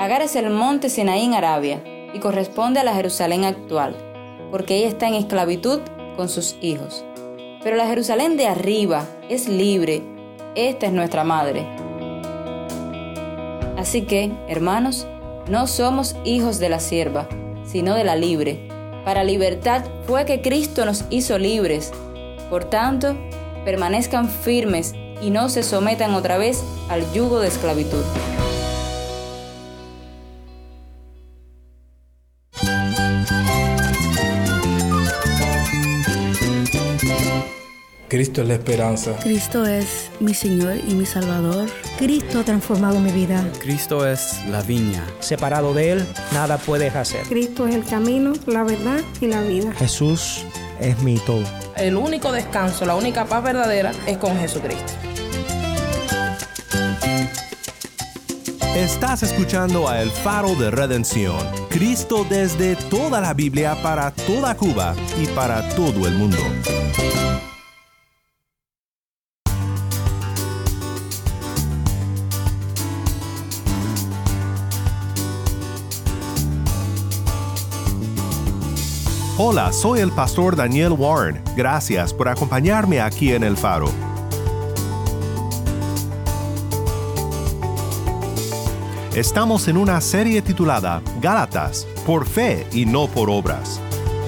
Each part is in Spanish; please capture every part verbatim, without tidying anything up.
Agar es el monte Sinaí en Arabia y corresponde a la Jerusalén actual, porque ella está en esclavitud con sus hijos. Pero la Jerusalén de arriba es libre, esta es nuestra madre. Así que, hermanos, no somos hijos de la sierva, sino de la libre. Para libertad fue que Cristo nos hizo libres. Por tanto, permanezcan firmes y no se sometan otra vez al yugo de esclavitud. Cristo es la esperanza. Cristo es mi Señor y mi Salvador. Cristo ha transformado mi vida. Cristo es la viña. Separado de Él, nada puedes hacer. Cristo es el camino, la verdad y la vida. Jesús es mi todo. El único descanso, la única paz verdadera es con Jesucristo. Estás escuchando a El Faro de Redención. Cristo desde toda la Biblia para toda Cuba y para todo el mundo. Hola, soy el pastor Daniel Warren. Gracias por acompañarme aquí en El Faro. Estamos en una serie titulada Gálatas, por fe y no por obras.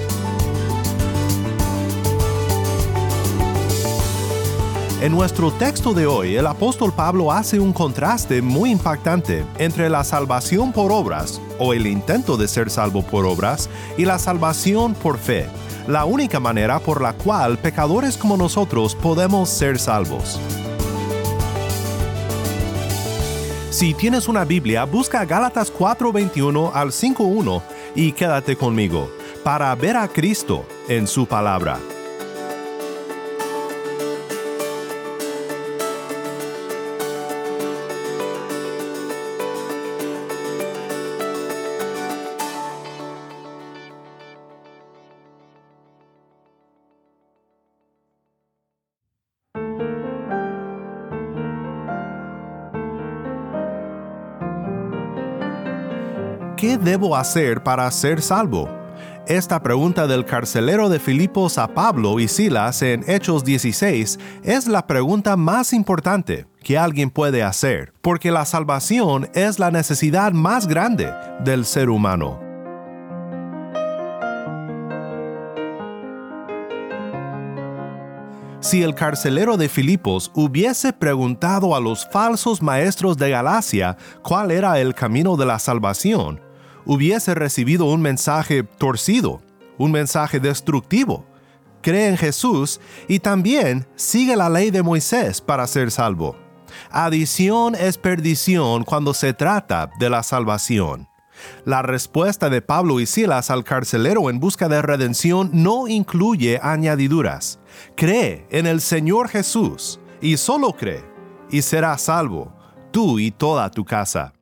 En nuestro texto de hoy, el apóstol Pablo hace un contraste muy impactante entre la salvación por obras, o el intento de ser salvo por obras, y la salvación por fe, la única manera por la cual pecadores como nosotros podemos ser salvos. Si tienes una Biblia, busca Gálatas cuatro veintiuno al cinco uno y quédate conmigo para ver a Cristo en su palabra. ¿Qué debo hacer para ser salvo? Esta pregunta del carcelero de Filipos a Pablo y Silas en Hechos dieciséis es la pregunta más importante que alguien puede hacer, porque la salvación es la necesidad más grande del ser humano. Si el carcelero de Filipos hubiese preguntado a los falsos maestros de Galacia cuál era el camino de la salvación, hubiese recibido un mensaje torcido, un mensaje destructivo. Cree en Jesús y también sigue la ley de Moisés para ser salvo. Adición es perdición cuando se trata de la salvación. La respuesta de Pablo y Silas al carcelero en busca de redención no incluye añadiduras. Cree en el Señor Jesús y solo cree, y serás salvo, tú y toda tu casa.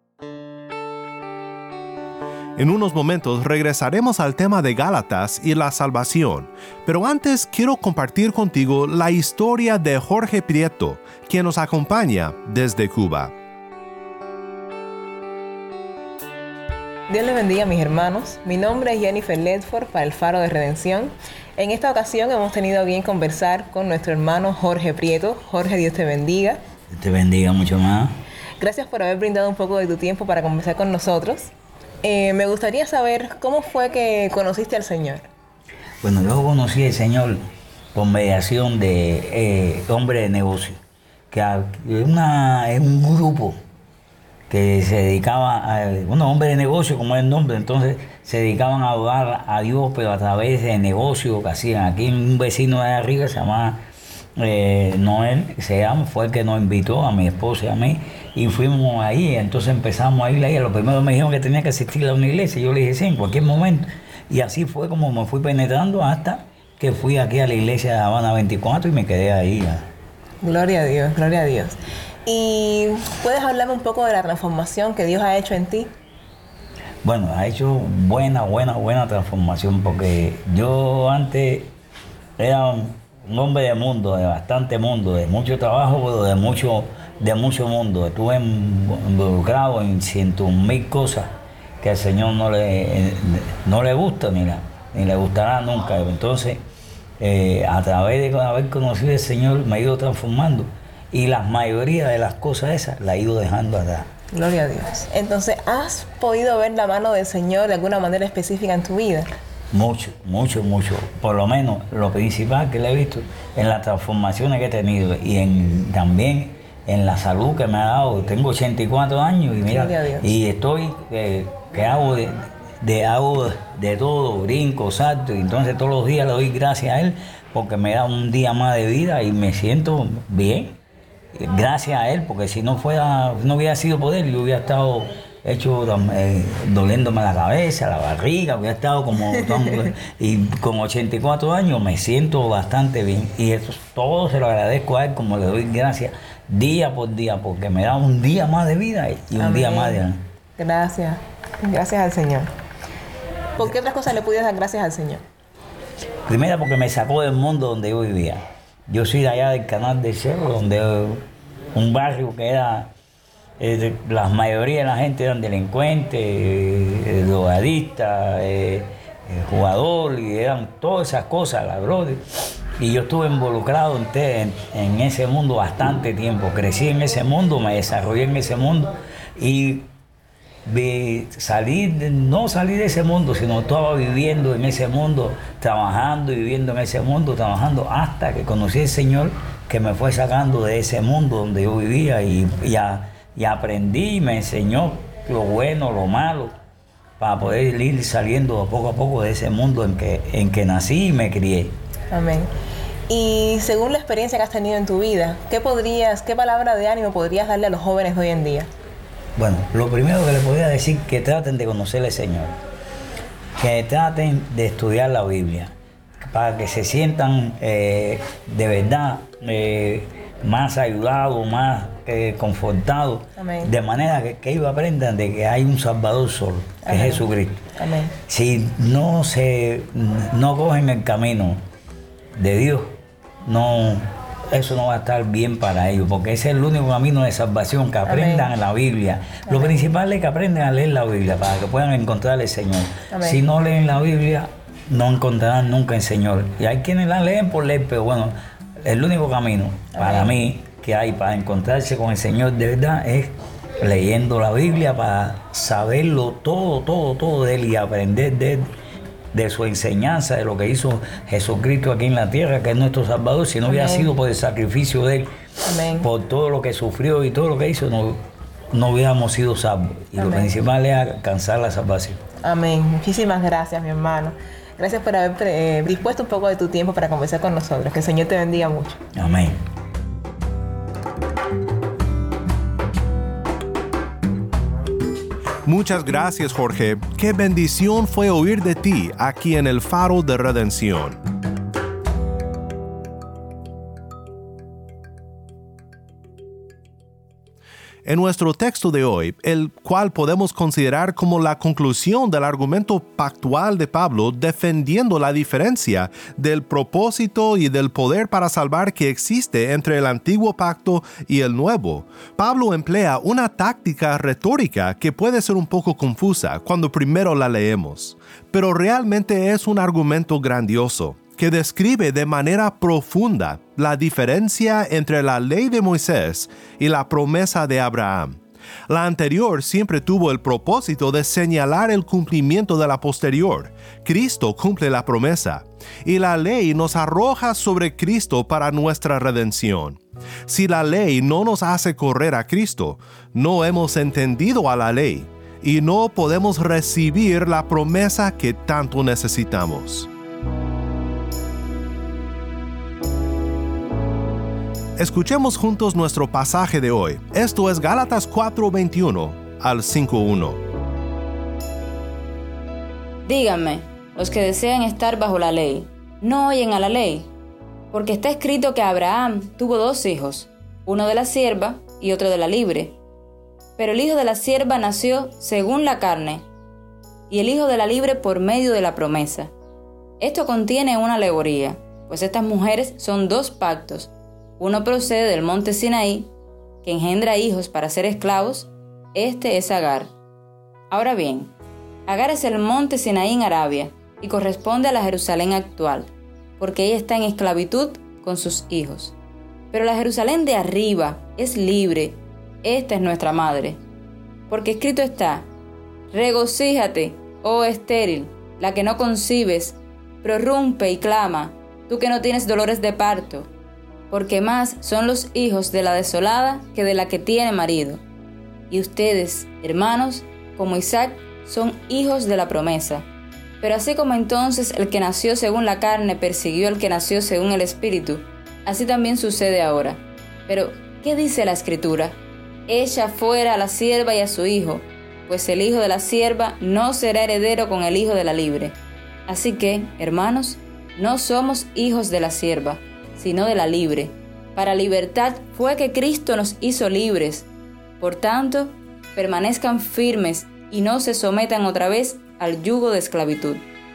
En unos momentos regresaremos al tema de Gálatas y la salvación, pero antes quiero compartir contigo la historia de Jorge Prieto, quien nos acompaña desde Cuba. Dios les bendiga, mis hermanos. Mi nombre es Jennifer Ledford para El Faro de Redención. En esta ocasión hemos tenido a bien conversar con nuestro hermano Jorge Prieto. Jorge, Dios te bendiga. Dios te bendiga mucho más. Gracias por haber brindado un poco de tu tiempo para conversar con nosotros. Eh, me gustaría saber cómo fue que conociste al Señor. Bueno, yo conocí al Señor por mediación de eh, hombre de negocio, que es una, es un grupo que se dedicaba a, bueno, hombre de negocio como es el nombre, entonces se dedicaban a adorar a Dios, pero a través de negocios que hacían. Aquí un vecino de arriba se llamaba eh, Noel, se llama, fue el que nos invitó a mi esposa y a mí, y fuimos ahí, entonces empezamos a ir ahí. Lo primero me dijeron que tenía que asistir a una iglesia, yo le dije sí, en cualquier momento, y así fue como me fui penetrando hasta que fui aquí a la iglesia de Habana veinticuatro y me quedé ahí. Gloria a Dios, gloria a Dios. ¿Y puedes hablarme un poco de la transformación que Dios ha hecho en ti? Bueno, ha hecho buena, buena, buena transformación, porque yo antes era un hombre de mundo, de bastante mundo, de mucho trabajo, pero de mucho de mucho mundo. Estuve involucrado en ciento mil cosas que al Señor no le, no le gusta ni, la, ni le gustará nunca. Entonces, eh, a través de haber conocido al Señor, me he ido transformando. Y la mayoría de las cosas esas la he ido dejando atrás. Gloria a Dios. Entonces, ¿has podido ver la mano del Señor de alguna manera específica en tu vida? Mucho, mucho, mucho. Por lo menos lo principal que le he visto en las transformaciones que he tenido y en, también en la salud que me ha dado. Tengo ochenta y cuatro años y mira, y estoy, eh, que hago de, de, hago de todo, brinco, salto, y entonces todos los días le doy gracias a Él porque me da un día más de vida y me siento bien. Gracias a Él, porque si no fuera, no hubiera sido por Él, yo hubiera estado hecho eh, doliéndome la cabeza, la barriga, hubiera estado como y con ochenta y cuatro años me siento bastante bien y eso todo se lo agradezco a Él, como le doy gracias día por día, porque me da un día más de vida y un Amén. Día más de... Gracias, gracias al Señor. ¿Por qué otras cosas le puedes dar gracias al Señor? Primero porque me sacó del mundo donde yo vivía. Yo soy de allá del Canal del Cerro, donde un barrio que era, eh, la mayoría de la gente eran delincuentes, eh, drogadistas, eh, eh, jugadores, y eran todas esas cosas, ladrones. Y yo estuve involucrado en, en, en ese mundo bastante tiempo. Crecí en ese mundo, me desarrollé en ese mundo y de salir, no salir de ese mundo, sino estaba viviendo en ese mundo, trabajando y viviendo en ese mundo, trabajando hasta que conocí al Señor, que me fue sacando de ese mundo donde yo vivía y, y, a, y aprendí y me enseñó lo bueno, lo malo, para poder ir saliendo poco a poco de ese mundo en que, en que nací y me crié. Amén. Y según la experiencia que has tenido en tu vida, ¿qué podrías, qué palabra de ánimo podrías darle a los jóvenes de hoy en día? Bueno, lo primero que les podría decir es que traten de conocer al Señor, que traten de estudiar la Biblia, para que se sientan eh, de verdad eh, más ayudados, más eh, confortados, Amén. De manera que, que ellos aprendan de que hay un Salvador solo, que Amén. Es Jesucristo. Amén. Si no, se, no cogen el camino de Dios, no... eso no va a estar bien para ellos, porque ese es el único camino de salvación, que aprendan Amén. La Biblia. Amén. Lo principal es que aprendan a leer la Biblia para que puedan encontrar al Señor. Amén. Si no leen la Biblia, no encontrarán nunca al Señor. Y hay quienes la leen por leer, pero bueno, el único camino Amén. Para mí que hay para encontrarse con el Señor de verdad es leyendo la Biblia para saberlo todo, todo, todo de Él y aprender de Él, de su enseñanza, de lo que hizo Jesucristo aquí en la tierra, que es nuestro Salvador. Si no Amén. Hubiera sido por el sacrificio de Él, Amén. Por todo lo que sufrió y todo lo que hizo, no, no hubiéramos sido salvos. Y Amén. Lo principal es alcanzar la salvación. Amén. Muchísimas gracias, mi hermano. Gracias por haber eh, dispuesto un poco de tu tiempo para conversar con nosotros. Que el Señor te bendiga mucho. Amén. Muchas gracias, Jorge. Qué bendición fue oír de ti aquí en el Faro de Redención. En nuestro texto de hoy, el cual podemos considerar como la conclusión del argumento pactual de Pablo defendiendo la diferencia del propósito y del poder para salvar que existe entre el antiguo pacto y el nuevo, Pablo emplea una táctica retórica que puede ser un poco confusa cuando primero la leemos, pero realmente es un argumento grandioso que describe de manera profunda la diferencia entre la ley de Moisés y la promesa de Abraham. La anterior siempre tuvo el propósito de señalar el cumplimiento de la posterior. Cristo cumple la promesa, y la ley nos arroja sobre Cristo para nuestra redención. Si la ley no nos hace correr a Cristo, no hemos entendido a la ley, y no podemos recibir la promesa que tanto necesitamos. Escuchemos juntos nuestro pasaje de hoy. Esto es Gálatas cuatro, veintiuno al cinco, uno. Díganme, los que desean estar bajo la ley, ¿no oyen a la ley? Porque está escrito que Abraham tuvo dos hijos, uno de la sierva y otro de la libre. Pero el hijo de la sierva nació según la carne, y el hijo de la libre por medio de la promesa. Esto contiene una alegoría, pues estas mujeres son dos pactos. Uno procede del monte Sinaí que engendra hijos para ser esclavos, este es Agar. Ahora bien, Agar es el monte Sinaí en Arabia y corresponde a la Jerusalén actual, porque ella está en esclavitud con sus hijos. Pero la Jerusalén de arriba es libre, esta es nuestra madre. Porque escrito está: regocíjate, oh estéril, la que no concibes, prorrumpe y clama, tú que no tienes dolores de parto, porque más son los hijos de la desolada que de la que tiene marido. Y ustedes, hermanos, como Isaac, son hijos de la promesa. Pero así como entonces el que nació según la carne persiguió al que nació según el Espíritu, así también sucede ahora. Pero, ¿qué dice la Escritura? Echa fuera a la sierva y a su hijo, pues el hijo de la sierva no será heredero con el hijo de la libre. Así que, hermanos, no somos hijos de la sierva, sino de la libre. Para libertad fue que Cristo nos hizo libres. Por tanto, permanezcan firmes y no se sometan otra vez al yugo de esclavitud.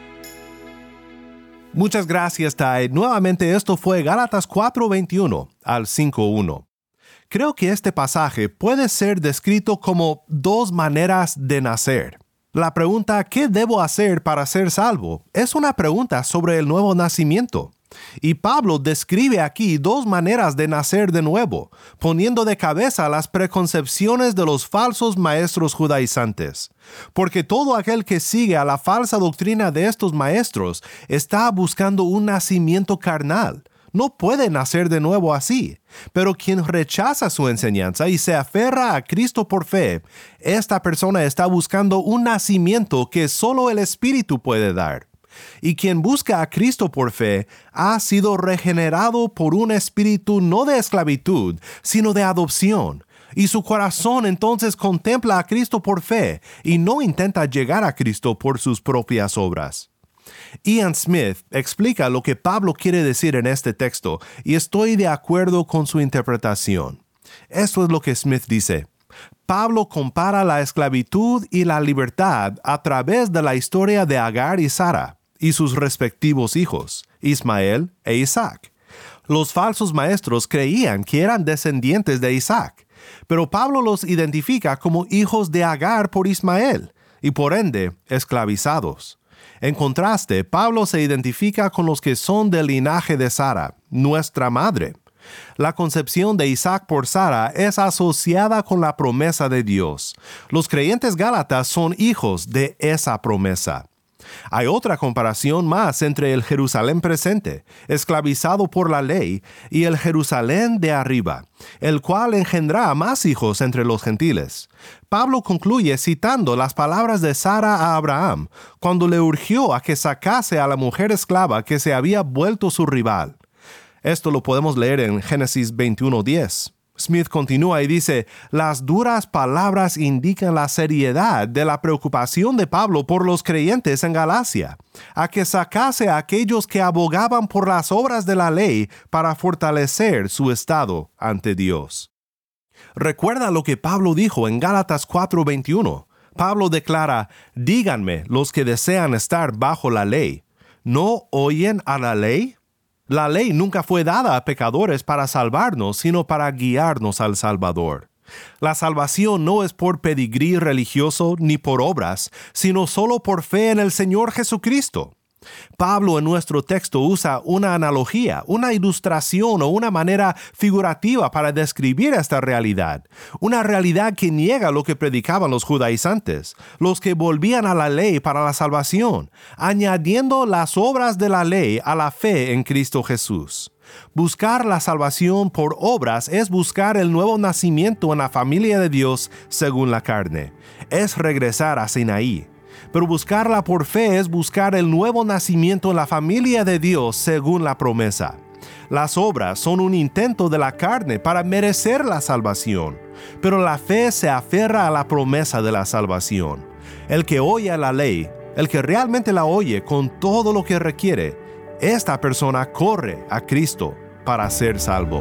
Muchas gracias, Tai. Nuevamente esto fue Gálatas cuatro veintiuno al cinco uno. Creo que este pasaje puede ser descrito como dos maneras de nacer. La pregunta ¿qué debo hacer para ser salvo? Es una pregunta sobre el nuevo nacimiento. Y Pablo describe aquí dos maneras de nacer de nuevo, poniendo de cabeza las preconcepciones de los falsos maestros judaizantes. Porque todo aquel que sigue a la falsa doctrina de estos maestros está buscando un nacimiento carnal. No puede nacer de nuevo así. Pero quien rechaza su enseñanza y se aferra a Cristo por fe, esta persona está buscando un nacimiento que solo el Espíritu puede dar. Y quien busca a Cristo por fe ha sido regenerado por un espíritu no de esclavitud, sino de adopción. Y su corazón entonces contempla a Cristo por fe y no intenta llegar a Cristo por sus propias obras. Ian Smith explica lo que Pablo quiere decir en este texto y estoy de acuerdo con su interpretación. Esto es lo que Smith dice. Pablo compara la esclavitud y la libertad a través de la historia de Agar y Sara y sus respectivos hijos, Ismael e Isaac. Los falsos maestros creían que eran descendientes de Isaac, pero Pablo los identifica como hijos de Agar por Ismael y por ende esclavizados. En contraste, Pablo se identifica con los que son del linaje de Sara, nuestra madre. La concepción de Isaac por Sara es asociada con la promesa de Dios. Los creyentes gálatas son hijos de esa promesa. Hay otra comparación más entre el Jerusalén presente, esclavizado por la ley, y el Jerusalén de arriba, el cual engendrá más hijos entre los gentiles. Pablo concluye citando las palabras de Sara a Abraham, cuando le urgió a que sacase a la mujer esclava que se había vuelto su rival. Esto lo podemos leer en Génesis veintiuno diez. Smith continúa y dice, las duras palabras indican la seriedad de la preocupación de Pablo por los creyentes en Galacia, a que sacase a aquellos que abogaban por las obras de la ley para fortalecer su estado ante Dios. Recuerda lo que Pablo dijo en Gálatas cuatro veintiuno. Pablo declara, díganme los que desean estar bajo la ley, ¿no oyen a la ley? La ley nunca fue dada a pecadores para salvarnos, sino para guiarnos al Salvador. La salvación no es por pedigrí religioso ni por obras, sino solo por fe en el Señor Jesucristo. Pablo en nuestro texto usa una analogía, una ilustración o una manera figurativa para describir esta realidad, una realidad que niega lo que predicaban los judaizantes, los que volvían a la ley para la salvación, añadiendo las obras de la ley a la fe en Cristo Jesús. Buscar la salvación por obras es buscar el nuevo nacimiento en la familia de Dios según la carne. Es regresar a Sinaí. Pero buscarla por fe es buscar el nuevo nacimiento en la familia de Dios según la promesa. Las obras son un intento de la carne para merecer la salvación, pero la fe se aferra a la promesa de la salvación. El que oye la ley, el que realmente la oye con todo lo que requiere, esta persona corre a Cristo para ser salvo.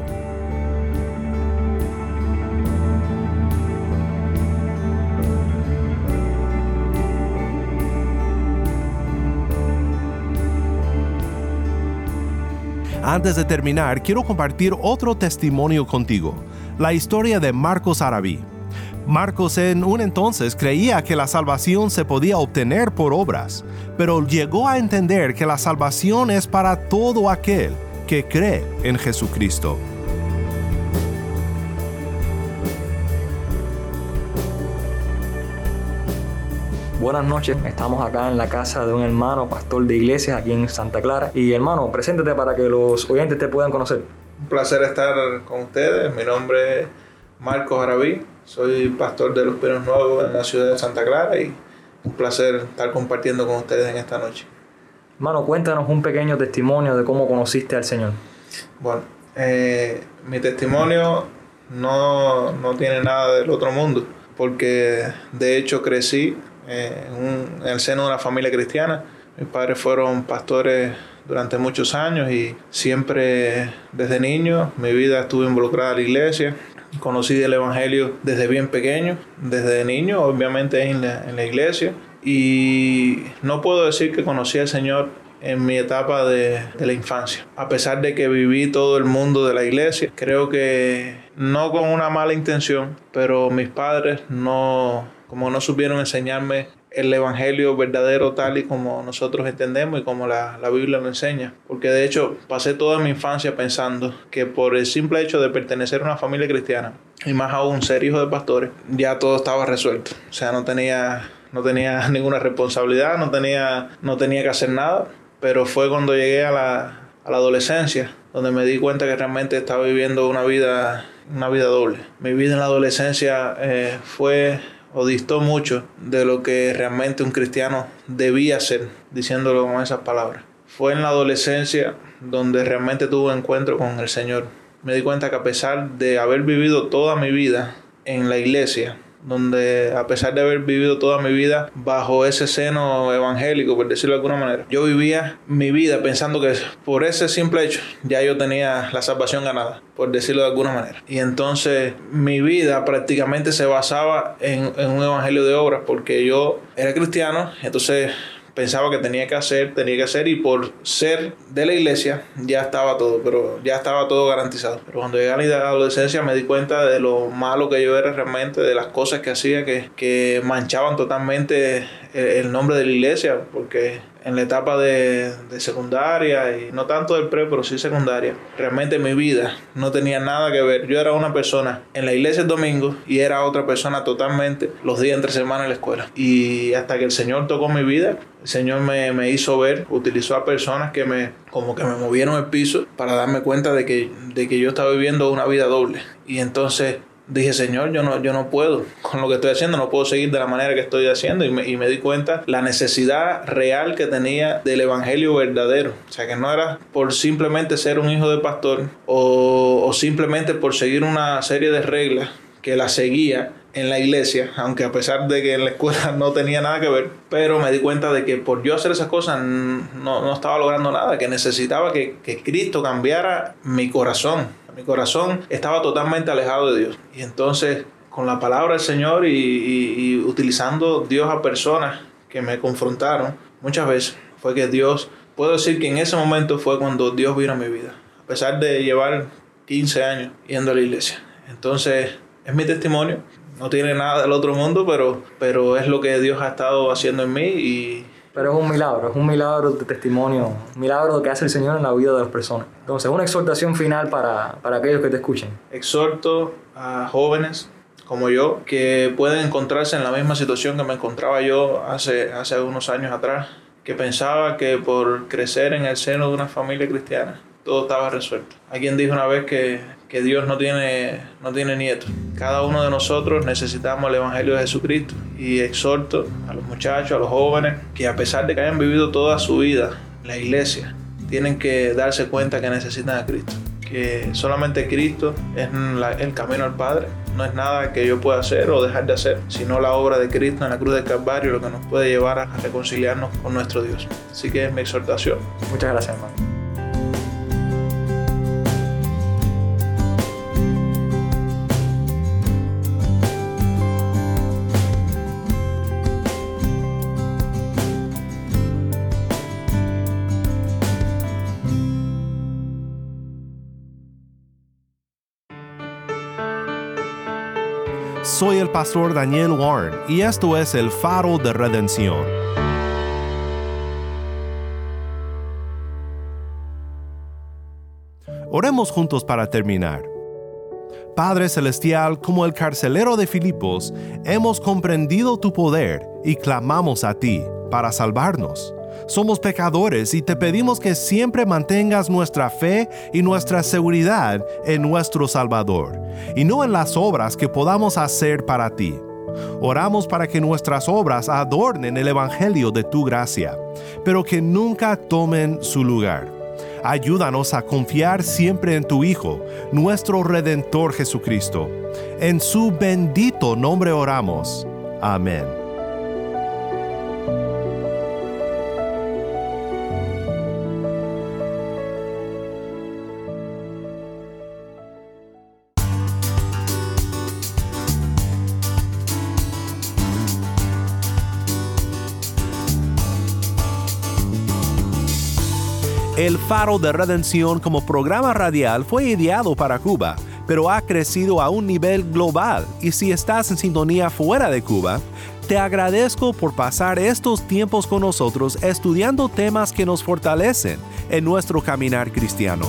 Antes de terminar, quiero compartir otro testimonio contigo. la historia de Marcos Arabí. Marcos en un entonces creía que la salvación se podía obtener por obras, pero llegó a entender que la salvación es para todo aquel que cree en Jesucristo. Buenas noches, estamos acá en la casa de un hermano pastor de iglesias aquí en Santa Clara. Y hermano, preséntate para que los oyentes te puedan conocer. Un placer estar con ustedes. Mi nombre es Marcos Arabí, soy pastor de los Pinos Nuevos en la ciudad de Santa Clara y un placer estar compartiendo con ustedes en esta noche. Hermano, cuéntanos un pequeño testimonio de cómo conociste al Señor. Bueno, eh, mi testimonio no, no tiene nada del otro mundo, porque de hecho crecí eh, en, un, en el seno de una familia cristiana. Mis padres fueron pastores durante muchos años y siempre desde niño mi vida estuvo involucrada en la iglesia. Conocí el Evangelio desde bien pequeño, desde niño, obviamente en la, en la iglesia. Y no puedo decir que conocí al Señor en mi etapa de, de la infancia. A pesar de que viví todo el mundo de la iglesia, creo que no con una mala intención, pero mis padres no, como no supieron enseñarme el Evangelio verdadero tal y como nosotros entendemos y como la, la Biblia lo enseña. Porque de hecho pasé toda mi infancia pensando que por el simple hecho de pertenecer a una familia cristiana, y más aún ser hijo de pastores, ya todo estaba resuelto. O sea, no tenía, no tenía ninguna responsabilidad, no tenía, no tenía que hacer nada. Pero fue cuando llegué a la, a la adolescencia donde me di cuenta que realmente estaba viviendo una vida, una vida doble. Mi vida en la adolescencia eh, fue... o distó mucho de lo que realmente un cristiano debía ser, diciéndolo con esas palabras. Fue en la adolescencia donde realmente tuve un encuentro con el Señor. Me di cuenta que a pesar de haber vivido toda mi vida en la iglesia, donde a pesar de haber vivido toda mi vida bajo ese seno evangélico, por decirlo de alguna manera, yo vivía mi vida pensando que por ese simple hecho ya yo tenía la salvación ganada, por decirlo de alguna manera. Y entonces mi vida prácticamente se basaba en, en un evangelio de obras, porque yo era cristiano, entonces pensaba que tenía que hacer, tenía que hacer, y por ser de la iglesia ya estaba todo, pero ya estaba todo garantizado. Pero cuando llegué a la adolescencia me di cuenta de lo malo que yo era realmente, de las cosas que hacía que, que manchaban totalmente el, el nombre de la iglesia, porque en la etapa de, de secundaria, y no tanto del pre, pero sí secundaria, realmente mi vida no tenía nada que ver. Yo era una persona en la iglesia el domingo y era otra persona totalmente los días entre semana en la escuela. Y hasta que el Señor tocó mi vida, el Señor me, me hizo ver, utilizó a personas que me, como que me movieron el piso para darme cuenta de que, de que yo estaba viviendo una vida doble. Y entonces dije, Señor, yo no, yo no puedo, con lo que estoy haciendo, no puedo seguir de la manera que estoy haciendo. Y me, y me di cuenta la necesidad real que tenía del evangelio verdadero. O sea, que no era por simplemente ser un hijo de pastor o, o simplemente por seguir una serie de reglas que la seguía en la iglesia, aunque a pesar de que en la escuela no tenía nada que ver, pero me di cuenta de que por yo hacer esas cosas no, no estaba logrando nada, que necesitaba que, que Cristo cambiara mi corazón. Mi corazón estaba totalmente alejado de Dios. Y entonces, con la palabra del Señor y, y, y utilizando Dios a personas que me confrontaron muchas veces, fue que Dios, puedo decir que en ese momento fue cuando Dios vino a mi vida, a pesar de llevar quince años yendo a la iglesia. Entonces, es mi testimonio. No tiene nada del otro mundo, pero, pero es lo que Dios ha estado haciendo en mí. Y Pero es un milagro, es un milagro de testimonio, un milagro que hace el Señor en la vida de las personas. Entonces, una exhortación final para, para aquellos que te escuchen. Exhorto a jóvenes como yo que pueden encontrarse en la misma situación que me encontraba yo hace, hace unos años atrás, que pensaba que por crecer en el seno de una familia cristiana todo estaba resuelto. Alguien dijo una vez que, que Dios no tiene, no tiene nietos. Cada uno de nosotros necesitamos el Evangelio de Jesucristo. Y exhorto a los muchachos, a los jóvenes, que a pesar de que hayan vivido toda su vida en la iglesia, tienen que darse cuenta que necesitan a Cristo. Que solamente Cristo es la, el camino al Padre. No es nada que yo pueda hacer o dejar de hacer, sino la obra de Cristo en la cruz del Calvario, lo que nos puede llevar a reconciliarnos con nuestro Dios. Así que es mi exhortación. Muchas gracias, hermano. soy el pastor Daniel Warren y esto es el Faro de Redención. Oremos juntos para terminar. Padre Celestial, como el carcelero de Filipos, hemos comprendido tu poder y clamamos a ti para salvarnos. Somos pecadores y te pedimos que siempre mantengas nuestra fe y nuestra seguridad en nuestro Salvador, y no en las obras que podamos hacer para ti. Oramos para que nuestras obras adornen el Evangelio de tu gracia, pero que nunca tomen su lugar. Ayúdanos a confiar siempre en tu Hijo, nuestro Redentor Jesucristo. En su bendito nombre oramos. Amén. El Faro de Redención como programa radial fue ideado para Cuba, pero ha crecido a un nivel global, y si estás en sintonía fuera de Cuba, te agradezco por pasar estos tiempos con nosotros estudiando temas que nos fortalecen en nuestro caminar cristiano.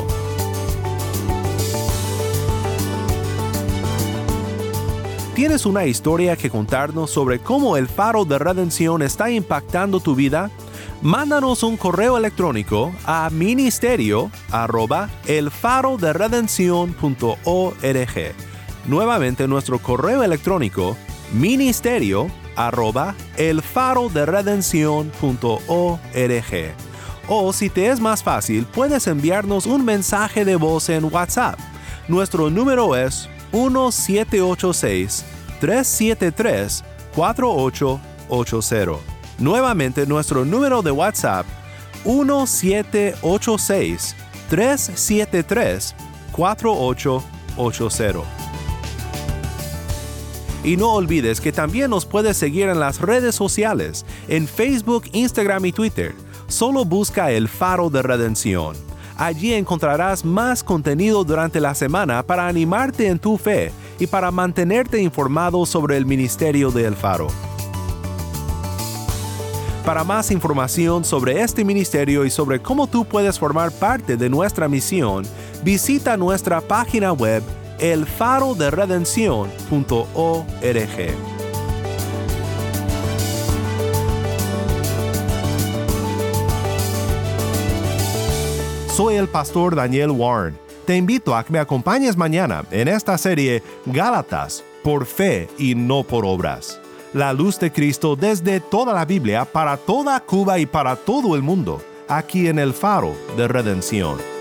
¿Tienes una historia que contarnos sobre cómo el Faro de Redención está impactando tu vida? Mándanos un correo electrónico a ministerio arroba elfaroderedencion punto org. Nuevamente nuestro correo electrónico ministerio arroba elfaroderedencion punto org. O si te es más fácil, puedes enviarnos un mensaje de voz en WhatsApp. Nuestro número es uno siete ocho seis, tres siete tres, cuatro ocho ocho cero. Nuevamente nuestro número de WhatsApp uno siete ocho seis, tres siete tres, cuatro ocho ocho cero. Y no olvides que también nos puedes seguir en las redes sociales, en Facebook, Instagram y Twitter. Solo busca el Faro de Redención. Allí encontrarás más contenido durante la semana para animarte en tu fe y para mantenerte informado sobre el ministerio de El Faro. Para más información sobre este ministerio y sobre cómo tú puedes formar parte de nuestra misión, visita nuestra página web el faro de redención punto org. Soy el pastor Daniel Warren. Te invito a que me acompañes mañana en esta serie Gálatas, por fe y no por obras. La luz de Cristo desde toda la Biblia para toda Cuba y para todo el mundo, aquí en el Faro de Redención.